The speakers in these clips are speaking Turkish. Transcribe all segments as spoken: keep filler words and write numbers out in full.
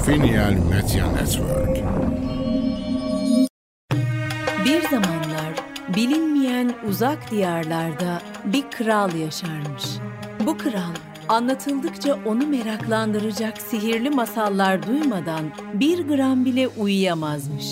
Finial Media Network. Bir zamanlar bilinmeyen uzak diyarlarda bir kral yaşarmış. Bu kral anlatıldıkça onu meraklandıracak sihirli masallar duymadan bir gram bile uyuyamazmış.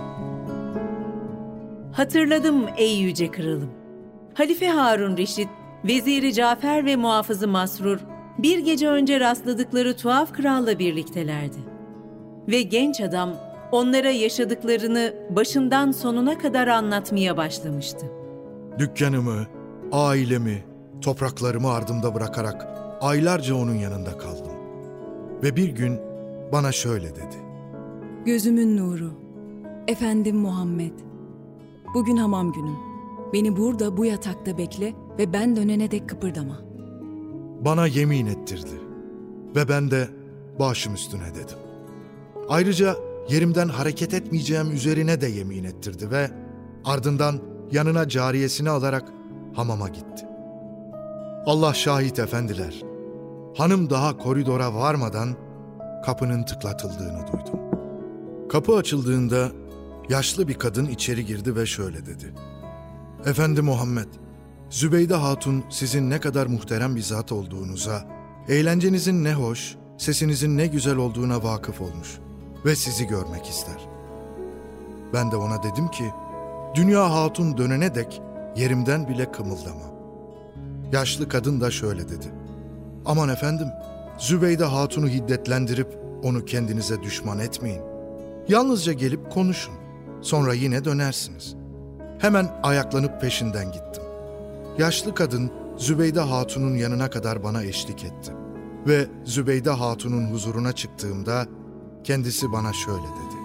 Hatırladım ey yüce kralım. Halife Harun Reşit, Veziri Cafer ve Muhafızı Masrur bir gece önce rastladıkları tuhaf kralla birliktelerdi. Ve genç adam onlara yaşadıklarını başından sonuna kadar anlatmaya başlamıştı. Dükkanımı, ailemi, topraklarımı ardımda bırakarak aylarca onun yanında kaldım. Ve bir gün bana şöyle dedi. Gözümün nuru, efendim Muhammed. Bugün hamam günüm. Beni burada bu yatakta bekle ve ben dönene dek kıpırdama. Bana yemin ettirdi ve ben de başım üstüne dedim. Ayrıca yerimden hareket etmeyeceğim üzerine de yemin ettirdi ve ardından yanına cariyesini alarak hamama gitti. Allah şahit efendiler, hanım daha koridora varmadan kapının tıklatıldığını duydum. Kapı açıldığında yaşlı bir kadın içeri girdi ve şöyle dedi. Efendi Muhammed, Zübeyde Hatun sizin ne kadar muhterem bir zat olduğunuza, eğlencenizin ne hoş, sesinizin ne güzel olduğuna vakıf olmuş ve sizi görmek ister. Ben de ona dedim ki, Dünya Hatun dönene dek yerimden bile kımıldamam. Yaşlı kadın da şöyle dedi. Aman efendim, Zübeyde Hatun'u hiddetlendirip onu kendinize düşman etmeyin. Yalnızca gelip konuşun, sonra yine dönersiniz. Hemen ayaklanıp peşinden gittim. Yaşlı kadın Zübeyde Hatun'un yanına kadar bana eşlik etti. Ve Zübeyde Hatun'un huzuruna çıktığımda kendisi bana şöyle dedi.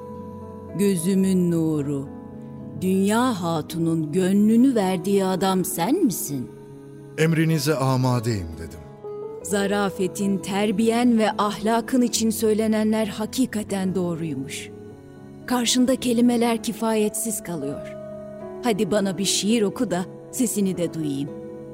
Gözümün nuru, Dünya Hatun'un gönlünü verdiği adam sen misin? Emrinize amadeyim dedim. Zarafetin, terbiyen ve ahlakın için söylenenler hakikaten doğruymuş. Karşında kelimeler kifayetsiz kalıyor. Hadi bana bir şiir oku da sesini de duyayım.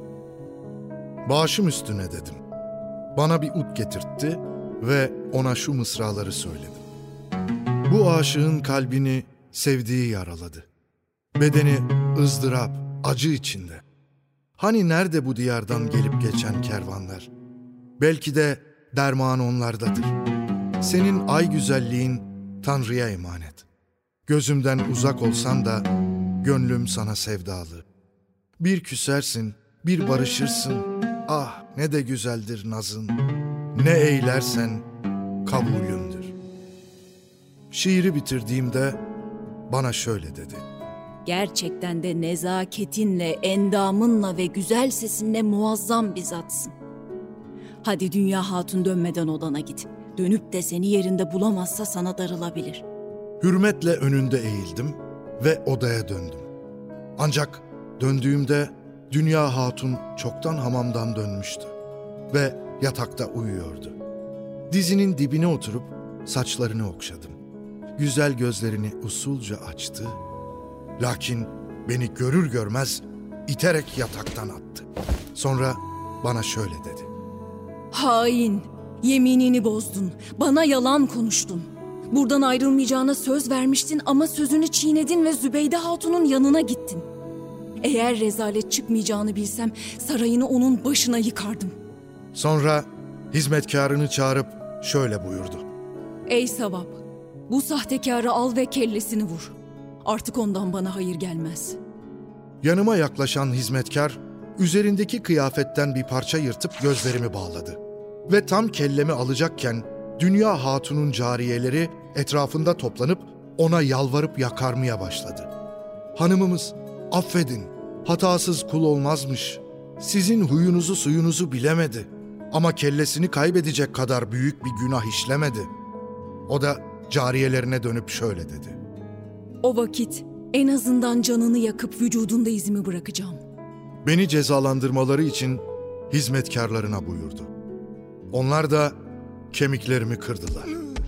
Başım üstüne dedim. Bana bir ut getirtti ve ona şu mısraları söyledim. Bu aşığın kalbini sevdiği yaraladı. Bedeni ızdırap, acı içinde. Hani nerede bu diyardan gelip geçen kervanlar? Belki de derman onlardadır. Senin ay güzelliğin Tanrı'ya emanet. Gözümden uzak olsan da gönlüm sana sevdalı. Bir küsersin, bir barışırsın. Ah ne de güzeldir nazın. Ne eylersen kabulündür. Şiiri bitirdiğimde bana şöyle dedi. Gerçekten de nezaketinle, endamınla ve güzel sesinle muazzam bir zatsın. Hadi Dünya Hatun dönmeden odana git. Dönüp de seni yerinde bulamazsa sana darılabilir. Hürmetle önünde eğildim ve odaya döndüm. Ancak döndüğümde Dünya Hatun çoktan hamamdan dönmüştü ve yatakta uyuyordu. Dizinin dibine oturup saçlarını okşadım. Güzel gözlerini usulca açtı. Lakin beni görür görmez iterek yataktan attı. Sonra bana şöyle dedi. Hain! Yeminini bozdun. Bana yalan konuştun. Buradan ayrılmayacağına söz vermiştin ama sözünü çiğnedin ve Zübeyde Hatun'un yanına gittin. Eğer rezalet çıkmayacağını bilsem sarayını onun başına yıkardım. Sonra hizmetkarını çağırıp şöyle buyurdu. Ey Savap! Bu sahtekarı al ve kellesini vur. Artık ondan bana hayır gelmez. Yanıma yaklaşan hizmetkar, üzerindeki kıyafetten bir parça yırtıp gözlerimi bağladı. Ve tam kellemi alacakken Dünya Hatun'un cariyeleri etrafında toplanıp ona yalvarıp yakarmaya başladı. Hanımımız, affedin, hatasız kul olmazmış. Sizin huyunuzu suyunuzu bilemedi. Ama kellesini kaybedecek kadar büyük bir günah işlemedi. O da cariyelerine dönüp şöyle dedi. O vakit en azından canını yakıp vücudunda izimi bırakacağım. Beni cezalandırmaları için hizmetkarlarına buyurdu. Onlar da kemiklerimi kırdılar.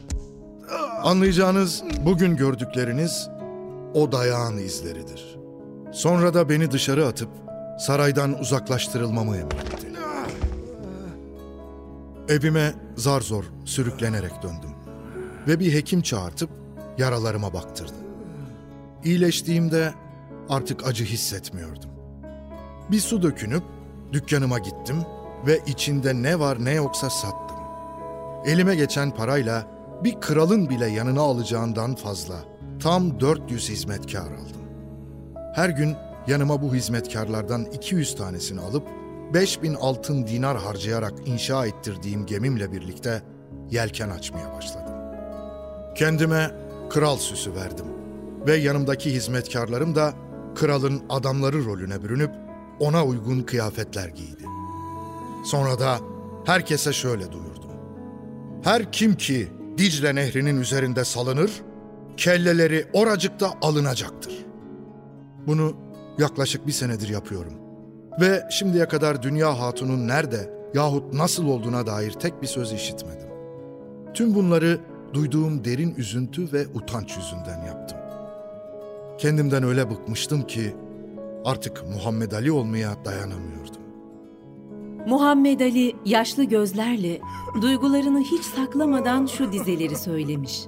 Anlayacağınız bugün gördükleriniz o dayağın izleridir. Sonra da beni dışarı atıp saraydan uzaklaştırılmamı emretti. Evime zar zor sürüklenerek döndüm. ve bir hekim çağırtıp yaralarıma baktırdı. İyileştiğimde artık acı hissetmiyordum. Bir su dökünüp dükkanıma gittim ve içinde ne var ne yoksa sattım. Elime geçen parayla bir kralın bile yanına alacağından fazla tam dört yüz hizmetkar aldım. Her gün yanıma bu hizmetkarlardan iki yüz tanesini alıp beş bin altın dinar harcayarak inşa ettirdiğim gemimle birlikte yelken açmaya başladım. Kendime kral süsü verdim ve yanımdaki hizmetkarlarım da kralın adamları rolüne bürünüp ona uygun kıyafetler giydi. Sonra da herkese şöyle duyurdum: her kim ki Dicle Nehri'nin üzerinde salınır, kelleleri oracıkta alınacaktır. Bunu yaklaşık bir senedir yapıyorum. Ve şimdiye kadar Dünya Hatun'un nerede yahut nasıl olduğuna dair tek bir söz işitmedim. Tüm bunları duyduğum derin üzüntü ve utanç yüzünden yaptım. Kendimden öyle bıkmıştım ki artık Muhammed Ali olmaya dayanamıyordum. Muhammed Ali yaşlı gözlerle duygularını hiç saklamadan şu dizeleri söylemiş.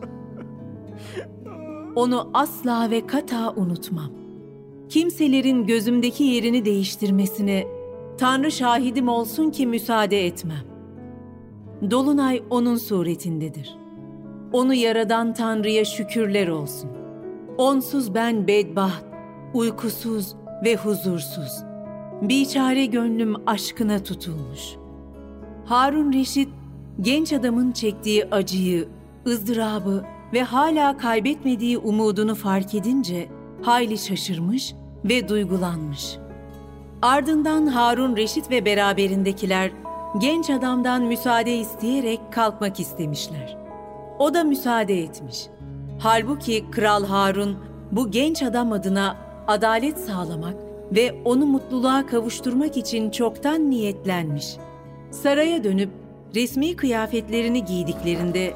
Onu asla ve kata unutmam. Kimselerin gözümdeki yerini değiştirmesine Tanrı şahidim olsun ki müsaade etmem. Dolunay onun suretindedir. Onu yaradan Tanrı'ya şükürler olsun. Onsuz ben bedbaht, uykusuz ve huzursuz. Biçare gönlüm aşkına tutulmuş. Harun Reşit, genç adamın çektiği acıyı, ızdırabı ve hala kaybetmediği umudunu fark edince hayli şaşırmış ve duygulanmış. Ardından Harun Reşit ve beraberindekiler genç adamdan müsaade isteyerek kalkmak istemişler. O da müsaade etmiş. Halbuki Kral Harun bu genç adam adına adalet sağlamak ve onu mutluluğa kavuşturmak için çoktan niyetlenmiş. Saraya dönüp resmi kıyafetlerini giydiklerinde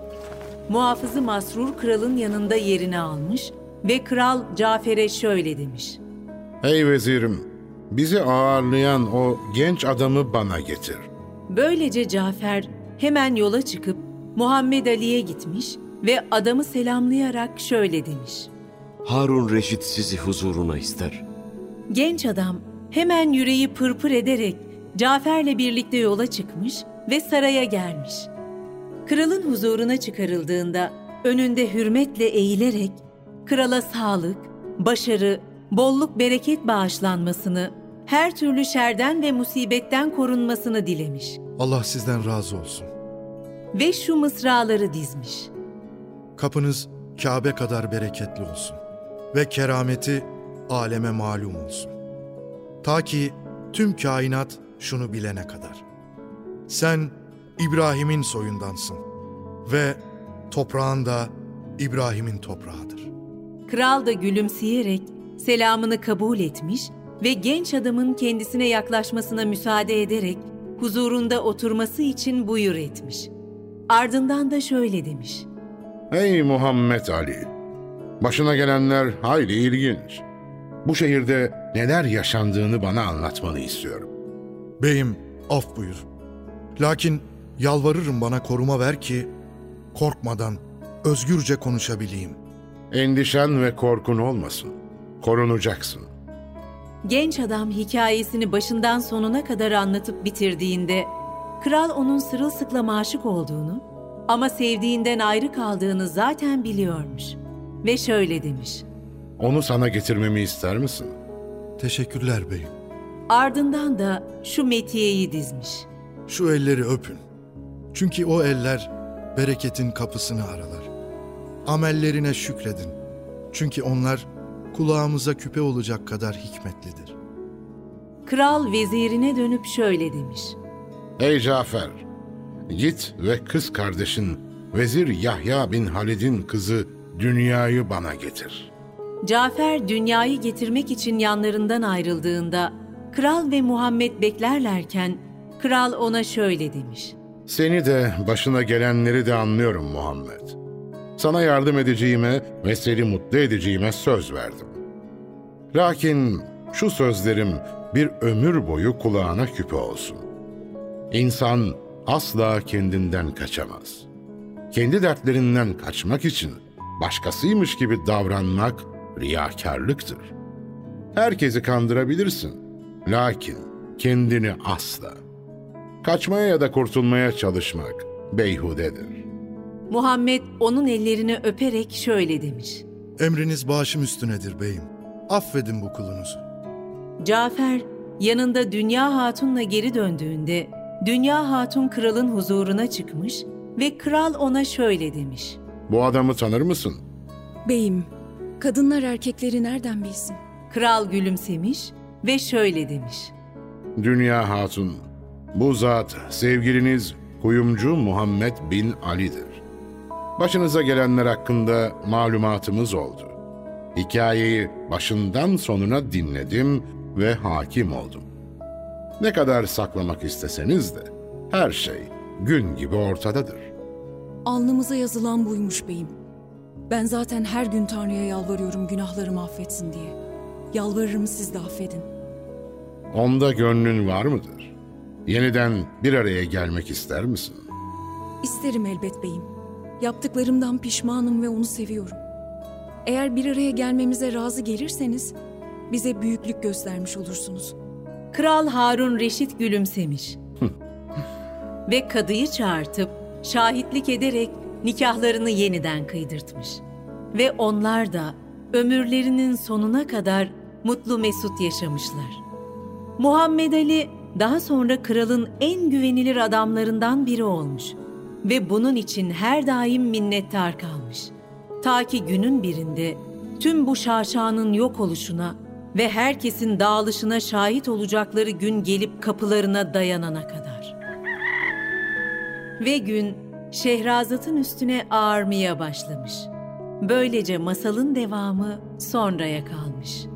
Muhafız-ı Masrur kralın yanında yerini almış ve kral Cafer'e şöyle demiş: Ey vezirim, bizi ağırlayan o genç adamı bana getir. Böylece Cafer hemen yola çıkıp Muhammed Ali'ye gitmiş ve adamı selamlayarak şöyle demiş: Harun Reşit sizi huzuruna ister. Genç adam hemen yüreği pırpır ederek Cafer'le birlikte yola çıkmış ve saraya gelmiş. Kralın huzuruna çıkarıldığında önünde hürmetle eğilerek krala sağlık, başarı, bolluk bereket bağışlanmasını, her türlü şerden ve musibetten korunmasını dilemiş. Allah sizden razı olsun. Ve şu mısraları dizmiş: Kapınız Kabe kadar bereketli olsun ve kerameti aleme malum olsun. Ta ki tüm kainat şunu bilene kadar. Sen İbrahim'in soyundansın ve toprağın da İbrahim'in toprağıdır. Kral da gülümseyerek selamını kabul etmiş ve genç adamın kendisine yaklaşmasına müsaade ederek huzurunda oturması için buyur etmiş. Ardından da şöyle demiş: Ey Muhammed Ali! Başına gelenler hayli ilginç. Bu şehirde neler yaşandığını bana anlatmanı istiyorum. Beyim, af buyur. Lakin yalvarırım bana koruma ver ki korkmadan özgürce konuşabileyim. Endişen ve korkun olmasın. Korunacaksın. Genç adam hikayesini başından sonuna kadar anlatıp bitirdiğinde kral onun sırılsıklam aşık olduğunu ama sevdiğinden ayrı kaldığını zaten biliyormuş ve şöyle demiş: Onu sana getirmemi ister misin? Teşekkürler beyim. Ardından da şu metiyeyi dizmiş: Şu elleri öpün. Çünkü o eller bereketin kapısını aralar. Amellerine şükredin. Çünkü onlar kulağımıza küpe olacak kadar hikmetlidir. Kral vezirine dönüp şöyle demiş: Ey Cafer! Git ve kız kardeşin Vezir Yahya bin Halid'in kızı Dünya'yı bana getir. Cafer Dünya'yı getirmek için yanlarından ayrıldığında kral ve Muhammed beklerlerken kral ona şöyle demiş: Seni de başına gelenleri de anlıyorum Muhammed. Sana yardım edeceğime ve seni mutlu edeceğime söz verdim. Lakin şu sözlerim bir ömür boyu kulağına küpe olsun. İnsan asla kendinden kaçamaz. kendi dertlerinden kaçmak için başkasıymış gibi davranmak riyakarlıktır. Herkesi kandırabilirsin, lakin kendini asla. Kaçmaya ya da kurtulmaya çalışmak beyhudedir. Muhammed onun ellerini öperek şöyle demiş. Emriniz başım üstünedir beyim. Affedin bu kulunuzu. Cafer yanında Dünya Hatun'la geri döndüğünde Dünya Hatun kralın huzuruna çıkmış ve kral ona şöyle demiş. Bu adamı tanır mısın? Beyim, kadınlar erkekleri nereden bilsin? Kral gülümsemiş ve şöyle demiş. Dünya Hatun, bu zat sevgiliniz kuyumcu Muhammed bin Ali'dir. Başınıza gelenler hakkında malumatımız oldu. Hikayeyi başından sonuna dinledim ve hakim oldum. Ne kadar saklamak isteseniz de her şey gün gibi ortadadır. Alnımıza yazılan buymuş beyim. Ben zaten her gün Tanrı'ya yalvarıyorum günahlarımı affetsin diye. Yalvarırım siz de affedin. Onda gönlün var mıdır? Yeniden bir araya gelmek ister misin? İsterim elbet beyim. Yaptıklarımdan pişmanım ve onu seviyorum. Eğer bir araya gelmemize razı gelirseniz bize büyüklük göstermiş olursunuz. Kral Harun Reşit gülümsemiş. Ve kadıyı çağırtıp şahitlik ederek nikahlarını yeniden kıydırtmış. Ve onlar da ömürlerinin sonuna kadar mutlu mesut yaşamışlar. Muhammed Ali daha sonra kralın en güvenilir adamlarından biri olmuş ve bunun için her daim minnettar kalmış. Ta ki günün birinde tüm bu şaşanın yok oluşuna ve herkesin dağılışına şahit olacakları gün gelip kapılarına dayanana kadar. Ve gün Şehrazat'ın üstüne ağarmaya başlamış. Böylece masalın devamı sonraya kalmış.